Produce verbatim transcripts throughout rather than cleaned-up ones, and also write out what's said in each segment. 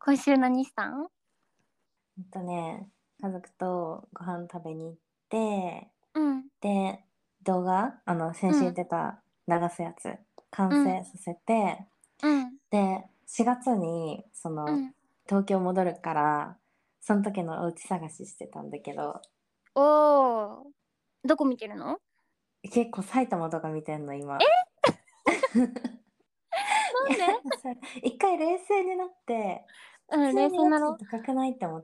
今週何したん？ えっとね、家族とご飯食べに行って、 うん。 で、動画、あの、先週言っうん。 てた流すやつ、完うん。 成させて、 うん。 で、しがつに、その、 うん。 東京戻るから、その時のお家探ししてたんだけど、 おー。どこ見てるの？ 結構埼玉とか見てんの、 え、 今。いや、 なんで？ さ、一回冷静になって、普うん、 通に家冷静なの。 賃高くないって思って。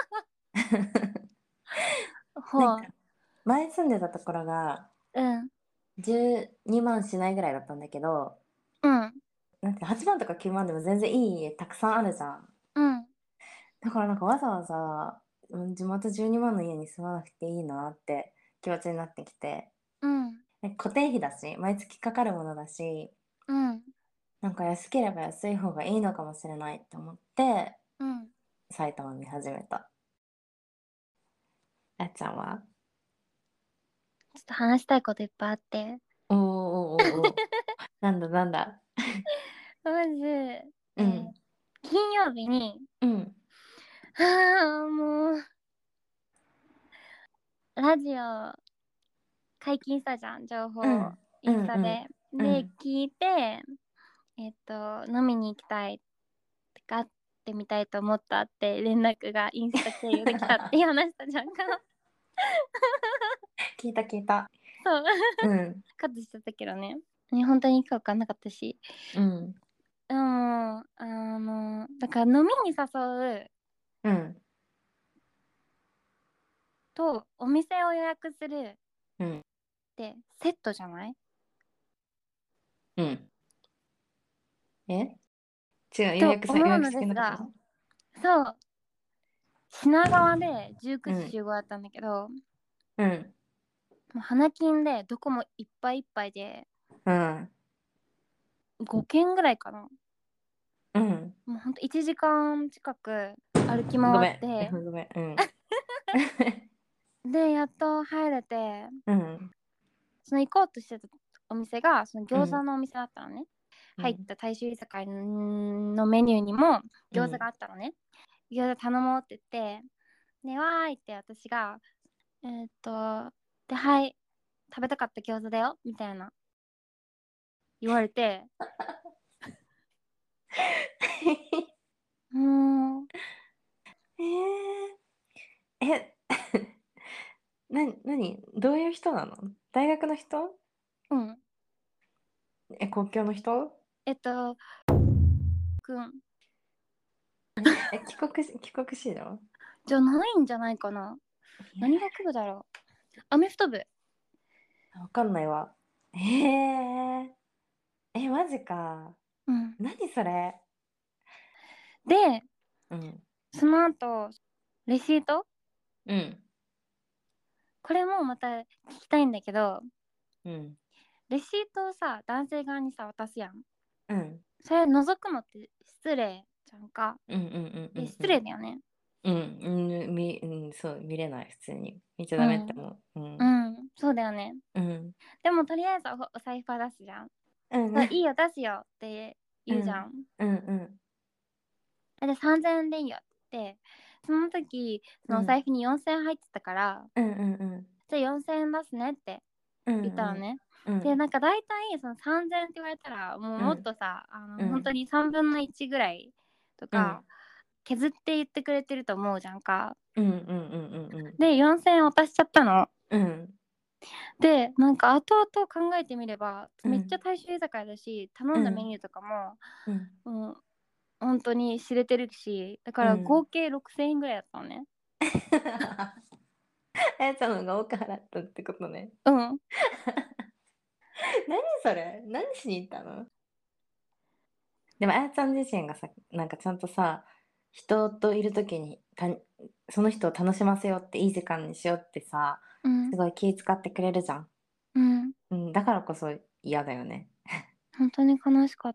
なんか、 ほう。 前住んでたところが、 うん。 じゅうにまんしないぐらいだったんだけど、 うん。 なんてはちまんとかきゅうまんでも全然いい家たくさんあるじゃん。 うん。 だからなんかわざわざ、うん、地元じゅうにまんの家に住まなくていいなって気持ちになってきて。 うん。 で固定費だし、毎月かかるものだし、 うん。 なんか安ければ安い方がいいのかもしれないって思って、 うん。 埼玉見始めた。あっちゃんは？ ちょっと話したいこといっぱいあって。 おーおーおーおー。なんだなんだ。 まず、えーうん。 金曜日に、 うん。 はあ、もう、ラジオ解禁したじゃん、情報、 うん。うインスんうん。 タで。で、 うん。 聞いて、えっと、飲みに行きたいってか、会ってみたいと思ったって連絡がインスタ経由できたって話したじゃんか。 聞いた聞いた。 そう。 うん。 カットしちゃったけどね。ね、本当に行くか分かんなかったし。 うん。 でも、あの、だから飲みに誘ううん。 とお店を予約するっうん。 てセットじゃない？ うん。え違う、予と約さ、 思うの予約先ですが、 のこと？ そう、品川でじゅうくじうん。 集合だったんだけど、 うん。 もう花金でどこもいっぱいいっぱいで、 うん。 ごけんぐらいかな。 うん。 もうほんといちじかん近く歩きごめん。 回って、 ごめん。うん。 で、やっと入れて、 うん。 その行こうとしてたお店が、そのうん。 餃子のお店だったのね。入っうん。 た大衆居酒屋のメニューにも餃子がうん。 あったのね。餃子頼もうって言って、で、わーいって私が、えーっと、で、はい、食べたかった餃子だよ、みたいな言われて、もう、 えー、え、な、なにどういう人なの？大学の人？ うん、 え、国境の人？ えっと、くん、 え、帰国し、帰国子女？ じゃないんじゃないかな。 いや、 何学部だろう。アメフト部。 わかんないわ。えー、え、マジか。 うん。 何それ？ で、 うん。 その後、レシート、 うん。 これもまた聞きたいんだけど、 うん。 レシートをさ、男性側にさ、渡すやん。 うん。 それ覗くのって失礼じゃんか。 うんうんうんうえ、失んうん。 礼だよね。 うん、うん、み、うん、そう、見れない、普通に。見ちゃダメってうん。 思う。うん。 うん。そうだよね。 うん。 でもとりあえずお、お財布は出すじゃん。 うん。 そういいよ、出すよってうん。 言うじゃん。 うん。うん。 で、さんぜんえんでいいよって言って、その時、そのおうん。 財布によんせんえん入ってたから、 うん。うん。 じゃあよんせんえん出すねってうん。 言ったのね。で、 うん。 なんか大体そのさんぜんえんって言われたら、もうもっうん。 とさ、あの、 うん。 本当にさんぶんのいちぐらいとうん。 か、削って言ってくれてると思うじゃんか。 うん。うん。うん。 で、よんせんえん渡しちゃったの。 うん。 で、なんか後々考えてみれば、めっちゃうん。 大衆居酒屋だし、頼んだメうん。 ニューとかも、 うん。 もう本当に知れてるし、だから合うん。 計ろくせんえんぐらいだったのね。 あやちゃんのが多く払ったってことね。 うん。 何それ？何しに行ったの？でもあやちゃん自身がさ、なんかちゃんとさ、人といるときにた、その人を楽しませようっていい時間にしようってさ、 うん。 すごい気遣ってくれるじゃん。 うん。 うん、だからこそ嫌だよね。 本当に悲しかった。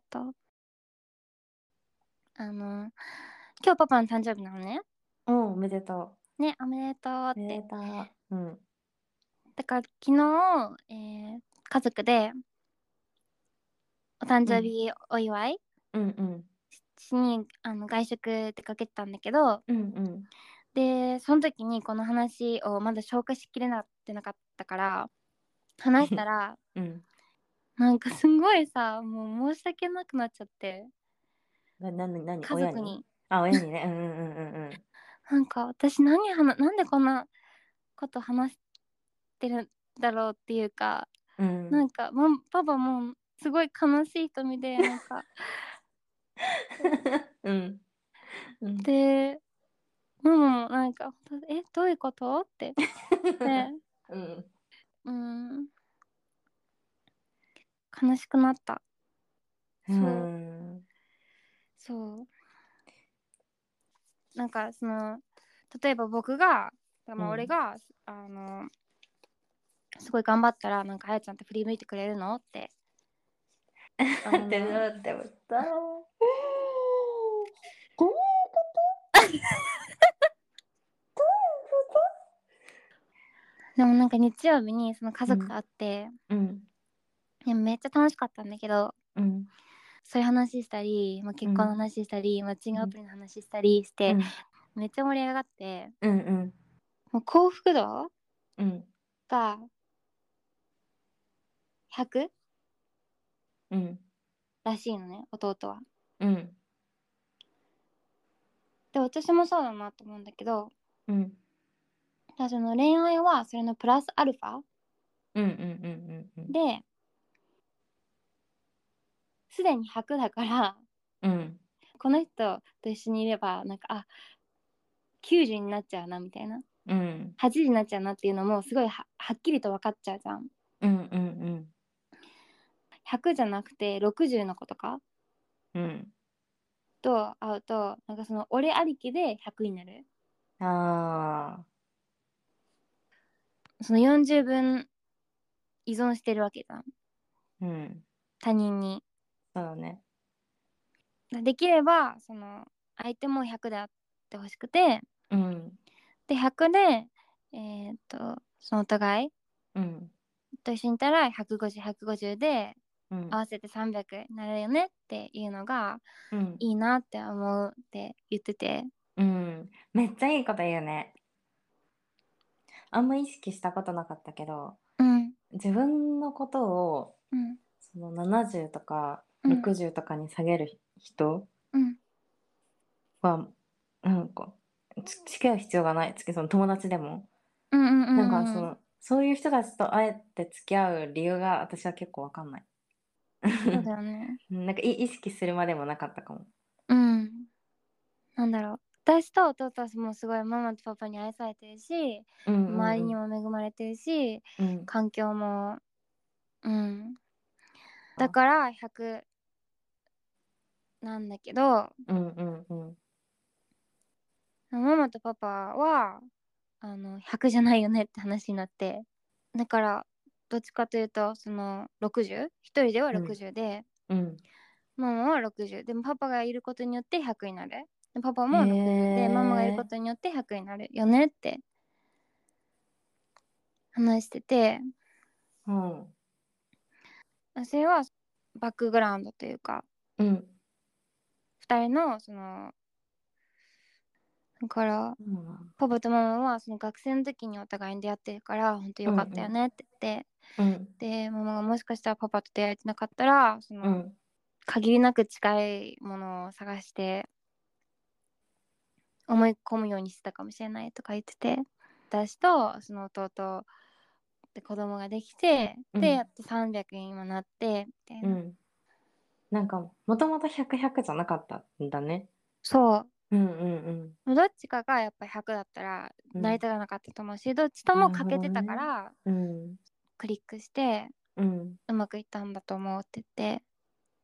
あの、今日パパの誕生日なのね。 うん、おめでとね、おめでとうっう。おめて。 でとう。うん。 だから昨日、えー家族でお誕うん。 生日お祝いうんうん。 日にあの外食出かけてたんだけど、 うんうんでその時にこの話をまだ消化しきれなってなかったから話したらうんなんかすごいさ、もう申し訳なくなっちゃって、 な、な、なに、親に？ 家族に。 あ、親にね。うんうんうんうんなんか私何話なんでこんなこと話してるんだろうっていうか、 うん。うん。 なんかもうパパもすごい悲しい瞳でなんかうんうんでママもなんかえどういうことってでうんうーん悲しくなった。 うそうんそうなんかその例えば僕が、まあ、俺うんがあのすごい頑張ったらなんかあやちゃんって振り向いてくれるのってあってのなってました。どういうでもなんか日曜日にその家族とうん会ってうんいやめっちゃ楽しかったんだけどうんそういう話したり、まあ、結婚のうん話したりマッチングうんアプリの話したりしてうんめっちゃ盛り上がってうんうんもう幸福度うんがひゃくうんらしいのね弟は。 うんで私もそうだなと思うんだけどうんただその恋愛はそれのプラスアルファうんうんうんうんですでにひゃくだからうんこの人と一緒にいればなんかあきゅうじゅうになっちゃうなみたいなうんはちじになっちゃうなっていうのもすごい は, はっきりと分かっちゃうじゃん。 うんうんひゃくじゃなくてろくじゅうの子とかうんと会うとなんかその俺ありきでひゃくになる。 ああそのよんじゅうぶん依存してるわけじゃんうん他人に。 そうだねできればその相手もひゃくであってほしくてうんでひゃくでえーっとそのお互いうんと一緒にいたらひゃくごじゅう、ひゃくごじゅうでうん合わせてさんびゃくになるよねっていうのがうんいいなって思うって言ってて。 うんめっちゃいいこと言うね。あんま意識したことなかったけど、 うん自分のことをうんそのななじゅうとかうんろくじゅうとかに下げる人うんはなんかつ付き合う必要がない。つけその友達でもうんうんうなんかんうんそのそういう人たちとあえて付き合う理由が私は結構わかんない。 そうだよね。 なんかい意識するまでもなかったかも。 うんなんだろう私と弟はもうすごいママとパパに愛されてるしうんうんうん周りにも恵まれてるしうん環境もうんだからひゃくなんだけどうんうんうんママとパパはあのひゃくじゃないよねって話になってだからどっちかというとそのろくじゅうひとりではうんろくじゅうでうんママはろくじゅうでもパパがいることによってひゃくになるでパパへもろくじゅうでママがいるこえとによってひゃくになるよねって話しててうんそれはバックグラウンドというかうんふたりのそのだからうんパパとママはその学生の時にお互いに出会ってるから本当よかったよねって言ってうんでママがもしかしたらパパと出会えてなかったらそのうん限りなく近いものを探して思い込むようにしてたかもしれないとか言ってて私とその弟で子供ができてうんでやっとさんびゃくに今なってみたいな。 うんなんかもともとひゃく、ひゃくじゃなかったんだね。 そうんうんうどっちかがやっぱりひゃくだったらうんうん成り立たなかったと思うしどっちともなるほ欠けてたかどね。 らうんクリックしてうんうまくいったんだと思うって言って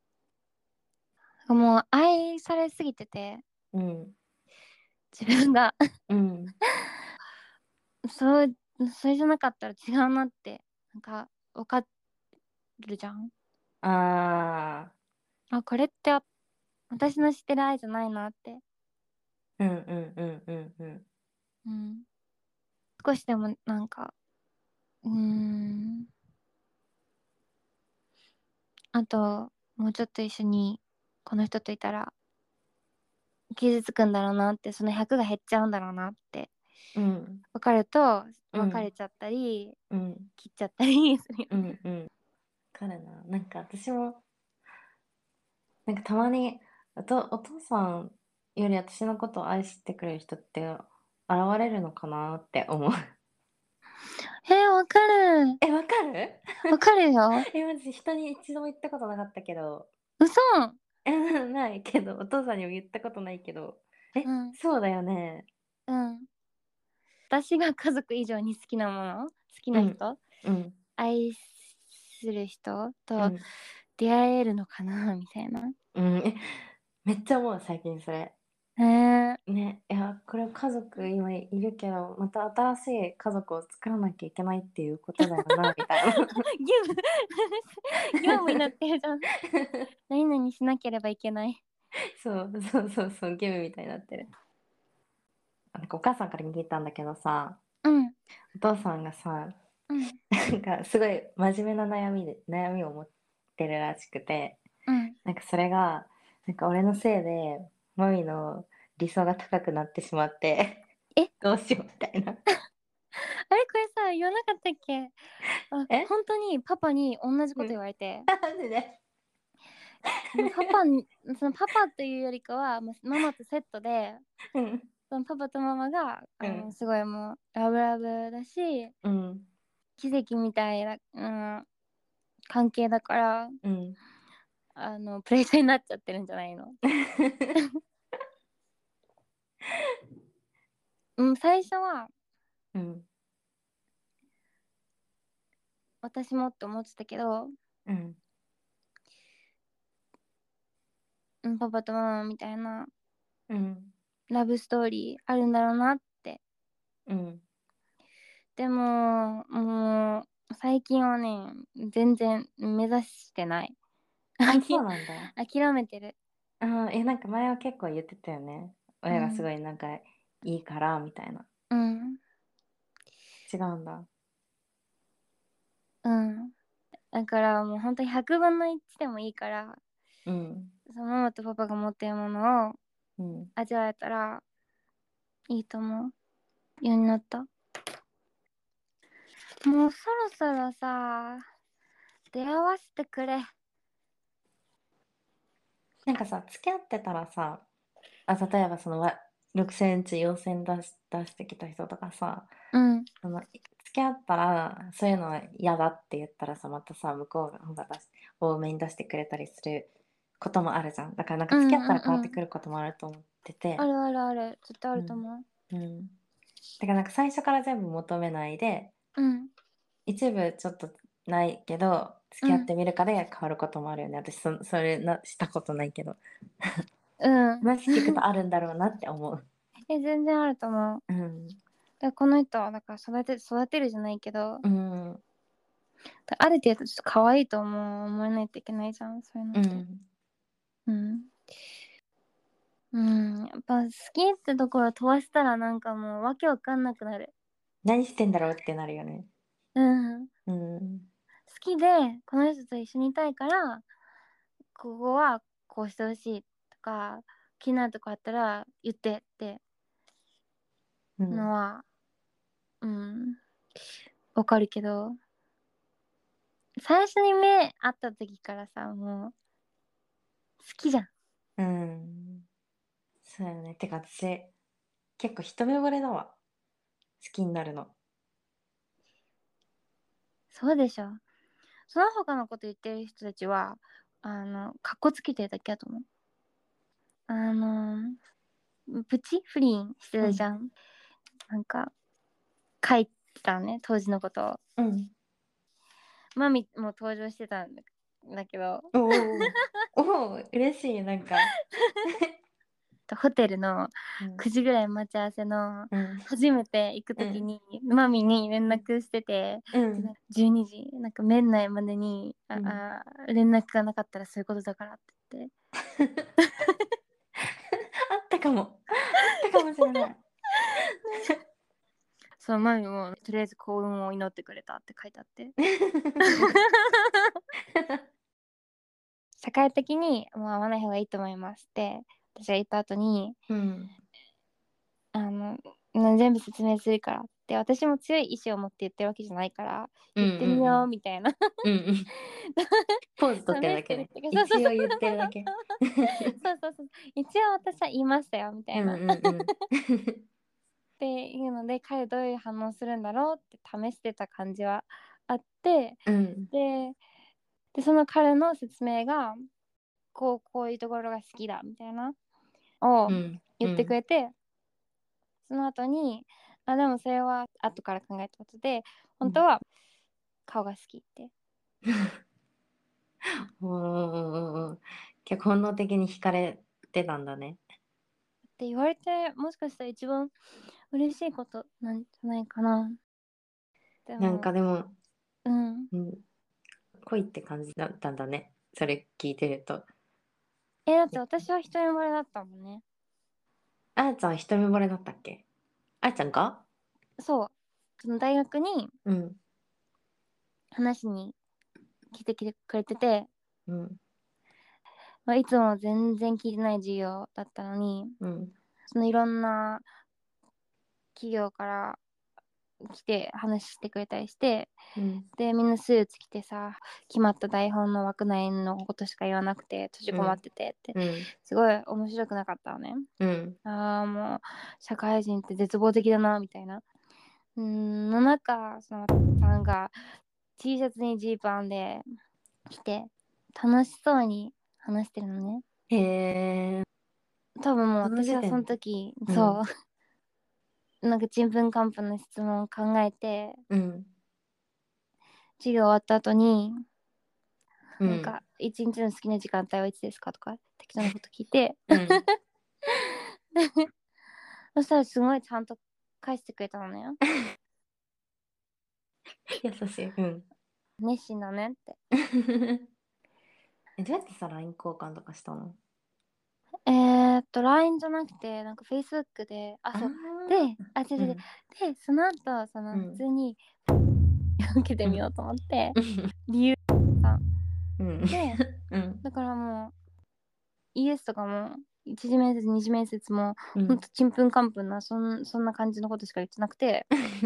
もう愛されすぎててうん自分がうんそうそれじゃなかったら違うなってなんか分かるじゃん。 ああこれってあ私の知ってる愛じゃないなって、 ーうんうんうんうんうんうん、少しでもなんかうーんあともうちょっと一緒にこの人といたら傷つくんだろうなって、そのひゃくが減っちゃうんだろうなってうん分かるとうん別れちゃったり、 うん切っちゃったりするようね。 んうん。分かるな。なんか私もなんかたまにおとお父さんより私のことを愛してくれる人って現れるのかなって思う。 えー、わかる。 え、わかる？ わかるよ。 え、マジ人に一度も言ったことなかったけど、 嘘。 え、ないけど、お父さんにも言ったことないけど、え、 うん。 そうだよね。 うん。私が家族以上に好きなもの、好きうん、 な人、 うん、 愛する人とうん、 出会えるのかなみたいな。 うん、え、めっちゃ思う、最近それ。 へえ。 ね、いや、これ家族今いるけど、また新しい家族を作らなきゃいけないっていうことだよな、みたいな。 義務業務になってるじゃん。何々しなければいけない。 そうそうそうそう、ゲームみたいになってる。なんかお母さんから聞いたんだけどさ、 うん。 お父さんがさ、 うん。 なんかすごい真面目な悩みで、悩みを持ってるらしくて、 うん。 なんかそれが、なんか俺のせいで、マミの理想が高くなってしまって、 え、 どうしようみたいな。 あれこれさ、言わなかったっけ？あ、 え本当にパパに同じこと言うん。 われて。 マジで。 もうパパに、そのパパというよりかは、もうママとセットで、 うん。 そのパパとママが、あの、 うん。 すごいもう、ラブラブだし、 うん。 奇跡みたいな、うん、関係だから、 うん。 あの、プレッシャーになっちゃってるんじゃないの？うん、最初は、 うん。 私もって思ってたけど、 うん。 うん、パパとママみたいなうん。 ラブストーリーあるんだろうなって。 うん。 でも、もう、最近はね、全然目指してない。 あ、そうなんだ。 諦めてる。 あーえ、なんか前は結構言ってたよね。親がすうん。 ごいなんかいいからみたいな。 うん。 違うんだ。 うん。だからもう本当にひゃくぶんのいちでもいいから、 うん。 そのママとパパが持ってるものをうん。 味わえたらいいと思うようになった。もうそろそろさ、出会わせてくれ。 なんかさ、付き合ってたらさ、あ、例えばそのわろくセンチよんセン出し出してきた人とかさ、 うん。 その付き合ったらそういうのは嫌だって言ったらさ、またさ、向こうが方が出し多めに出してくれたりすることもあるじゃん。だからなんかうん付き合ったら変わうんうん。 ってくることもあると思ってて。 あるあるある。絶対あうん。 ると思う。 うん。だからなんか最初から全部求めないで、 うん。 一部ちょっとないけど、付き合っうん。 てみるかで変わることもあるよね。私そそれなしたことないけど。 うん。 話聞くとあるんだろうなって思う。 え、全然あると思う。 うん。 だからこの人は、だから育て、育てるじゃないけど、 うん。 ある程度ちょっと可愛いと思う、思えないといけないじゃん、そういうのって。 うん。 うん。うん。やっぱ好きってところ飛ばしたらなんかもうわけわかんなくなる。 何してんだろうってなるよね。 うん。 うん。 好きで、この人と一緒にいたいから、ここはこうしてほしいとか、気になるとこあったら言ってってうん。 のは、うん、わかるけど、最初に目会った時からさ、もう好きじゃん。 うん。そうよね。てか私、結構一目惚れだわ。好きになるの。 そうでしょ。その他のこと言ってる人たちは、あの、かっこつけてるだけだと思う。あの、プチ不倫してうん。 たじゃん。なんか、書いてたね、当時のことを。 うん。 マミも登場してたんだけど、 おお。おお、嬉しい、なんか。 ホテルのうん。 くじぐらい待ち合わせのうん。 初めて行くうん。 ときにマミに連うん。 絡してて、 うん。 じゅうにじなんか年内までにあうん。 あ連絡がなかったらそういうことだからって言ってあったかも。あったかもしれない。 そのマミもとりあえず幸運を祈ってくれたって書いてあって社会的にもう会わない方がいいと思いますって私が言った後に、 うん、 あの全部説明するからって私も強い意志を持って言ってるわけじゃないからうん、 言ってみよううん、 みたいなうん、うん。ポーズ取ってるだ試してるっけね。 ていうかそうそうそう一応言ってるだけ。 そうそうそう一応私は言いましたよみたうん、 いなっうん、うん。 ていうので彼どういう反応するんだろうって試してた感じはあってうん、 ででその彼の説明がこうこういうところが好きだみたいなをうん、 言ってくうん、 れて、その後にあでもそれは後から考えたことで本当は顔が好きってうん。結構本能的に惹かれてたんだね。 って言われてもしかしたら一番嬉しいことなんじゃないかな。でなんもかでも、 うんうん、恋って感じだったんだね。それ聞いてると。 えだって私は一人前だったもんね。 あやちゃん一目惚れだったっけ？あやちゃんか？ そうその大学にうん、 話に来てきてくれてて、 うん、 まあ、いつも全然聞いてない授業だったのにうん、 そのいろんな企業から来て話してくれたりしてうん、 でみんなスーツ着てさ決まった台本の枠内のことしか言わなくて閉じこまっててってうん、 すごい面白くなかったのね。 うん、 ああもう社会人って絶望的だなみたいなうーんの中そのさんが T シャツにジーパンで来て楽しそうに話してるのね。 へえ、 多分もうその私はその時点で。 時うん、 そうなんかちんぷんかんぷんの質問を考えてうん、 授業終わった後になんうん、 か一日の好きな時間帯はいつですかとか適当なこと聞いてうん。 そしたらすごいちゃんと返してくれたのね。 優しい。うん。 熱心だねって。 え、どうやってさ、ライン 交換とかしたの？ えーっと ライン じゃなくてなんか Facebook でああそうであ、 あ違う違ううん、 でその後その普うん、 通に受けてうん、 みようと思ってうん、 理由さんうん、 でうん、 だからもう イーエス とかも一次面接二次面接もうん。 ほんとちんぷんかんぷんなそんそんな感じのことしか言ってなくて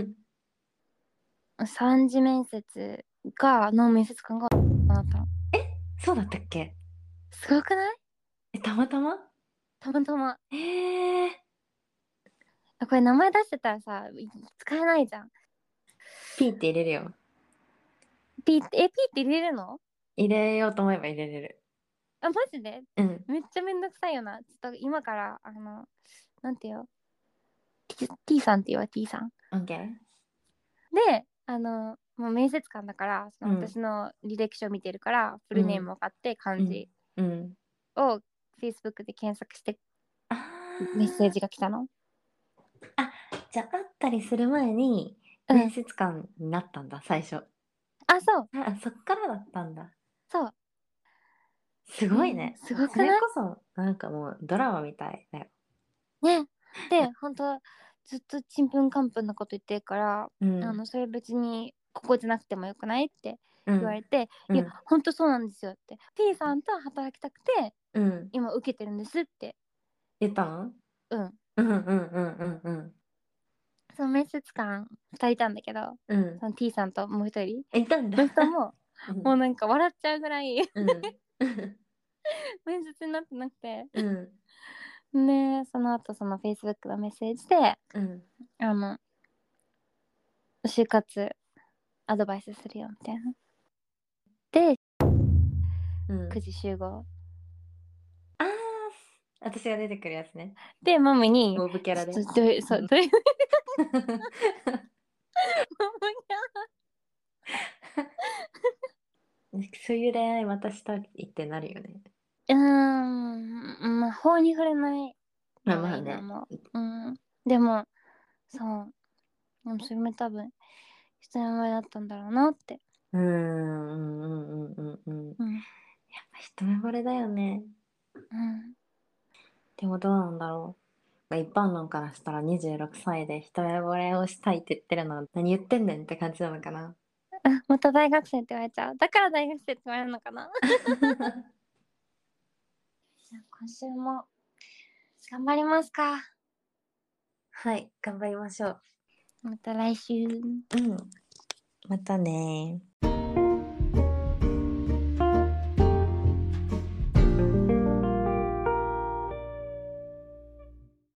三次面接がの面接官がなったの。 そうだったっけ？ すごくない？ え、たまたま？ たまたまえー、 これ名前出してたらさ使えないじゃん。 ピーって入れるよ。 ピーえピーって入れるの？ 入れようと思えば入れれる。 あマジでうん。 めっちゃめんどくさいよな。ちょっと今からあのなんていう T, T さんって言うわ T さんオッケー。 であのもう面接官だからそのうん、 私の履歴書見てるからフルネームうん、 分かって漢字うん、うん。 を Facebook で検索してあメッセーー、 ジが来たの。 あ、じゃあ会ったりする前に面うん接官になったんだ、最初。 あそうあ、そっからだったんだ。 そうすえごいね。 ーすごそれくない？ こそ、なんかもうドラマみたいだよ。 ねで本当ずっとちんぷんかんぷんなこと言ってるからうん、 あのそれ別にここじゃなくてもよくないってうん、 言われていやうん、 本当そうなんですよって P さんと働きたくてうん。 今受けてるんですって言ったの？ うんうん、うん、うん、うん、うん。 その面接官ふたりいたんだけどうん。 その T さんともう一人いたんだ。 の人もうん、 もうなんか笑っちゃうぐらいうん、 面接になってなくてうん、 でその後その Facebook のメッセージでうん。 あの就活アドバイスするよみたいなで9 うん。 時集合あー、私が出てくるやつね。 でママにモブキャラで。 ちょっとどういううん。 そうどういうママがそういう恋愛またしたいってなるよね。 うーんまあ法に触れないまあのがいいなまあね。 もう、うん、でもそうでもそれも多分一人前だったんだろうなって、 うーん、うんうんうんうんうん。やっうん、 ぱ一目惚れだよね。 うん、 でもどうなんだろう。まあ一般論からしたらにじゅうろくさいで一目惚れをしたいって言ってるのは何言ってんねんって感じなのかな。 あまた大学生って言われちゃうだから大学生って言われるのかな今週も頑張りますか。 はい、頑張りましょう。 また来週。 うん。またねー。